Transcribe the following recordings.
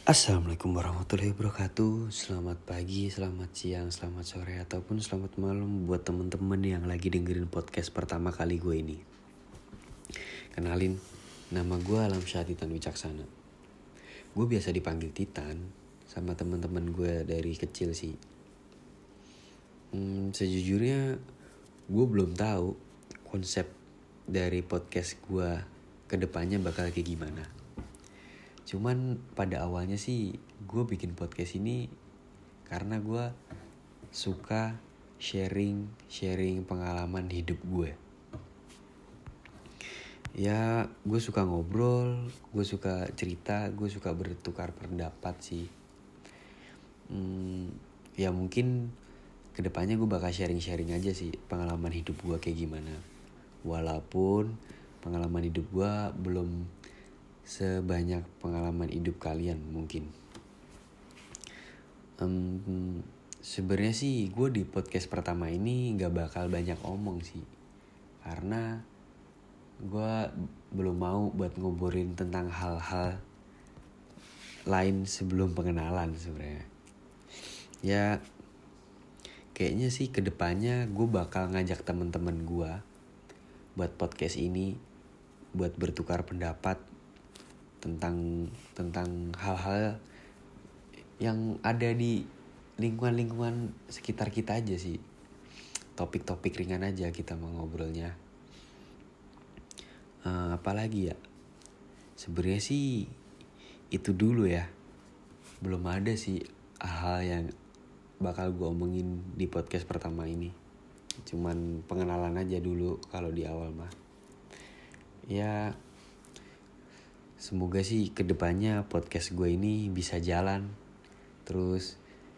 Assalamualaikum warahmatullahi wabarakatuh. Selamat pagi, selamat siang, selamat sore, ataupun selamat malam buat temen-temen yang lagi dengerin podcast pertama kali gue ini. Kenalin, nama gue Alamsyah Titan Wicaksana. Gue biasa dipanggil Titan sama temen-temen gue dari kecil sih. Sejujurnya gue belum tahu konsep dari podcast gue kedepannya bakal kayak gimana. Cuman pada awalnya sih gue bikin podcast ini karena gue suka sharing pengalaman hidup gue. Ya gue suka ngobrol, gue suka cerita, gue suka bertukar pendapat sih. Ya mungkin kedepannya gue bakal sharing aja sih pengalaman hidup gue kayak gimana. Walaupun pengalaman hidup gue belum sebanyak pengalaman hidup kalian mungkin. Sebenarnya sih gue di podcast pertama ini gak bakal banyak omong sih, karena gue belum mau buat ngobrolin tentang hal-hal lain sebelum pengenalan sebenarnya. Ya kayaknya sih kedepannya gue bakal ngajak teman-teman gue buat podcast ini, buat bertukar pendapat tentang hal-hal yang ada di lingkungan sekitar kita aja sih. Topik-topik ringan aja kita mau ngobrolnya. Apalagi ya, sebenarnya sih itu dulu ya. Belum ada sih hal yang bakal gue omongin di podcast pertama ini. Cuman pengenalan aja dulu kalau di awal mah. Ya semoga sih kedepannya podcast gue ini bisa jalan. Terus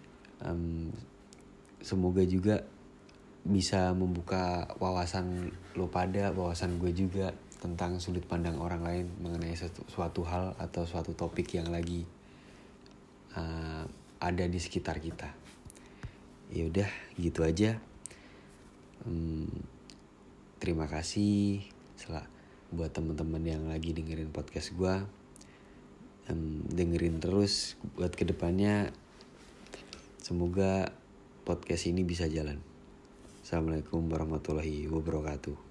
semoga juga bisa membuka wawasan lo pada, wawasan gue juga tentang sudut pandang orang lain mengenai suatu hal atau suatu topik yang lagi ada di sekitar kita. Ya udah gitu aja. Terima kasih buat teman-teman yang lagi dengerin podcast gue. Dengerin terus buat kedepannya. Semoga podcast ini bisa jalan. Assalamualaikum warahmatullahi wabarakatuh.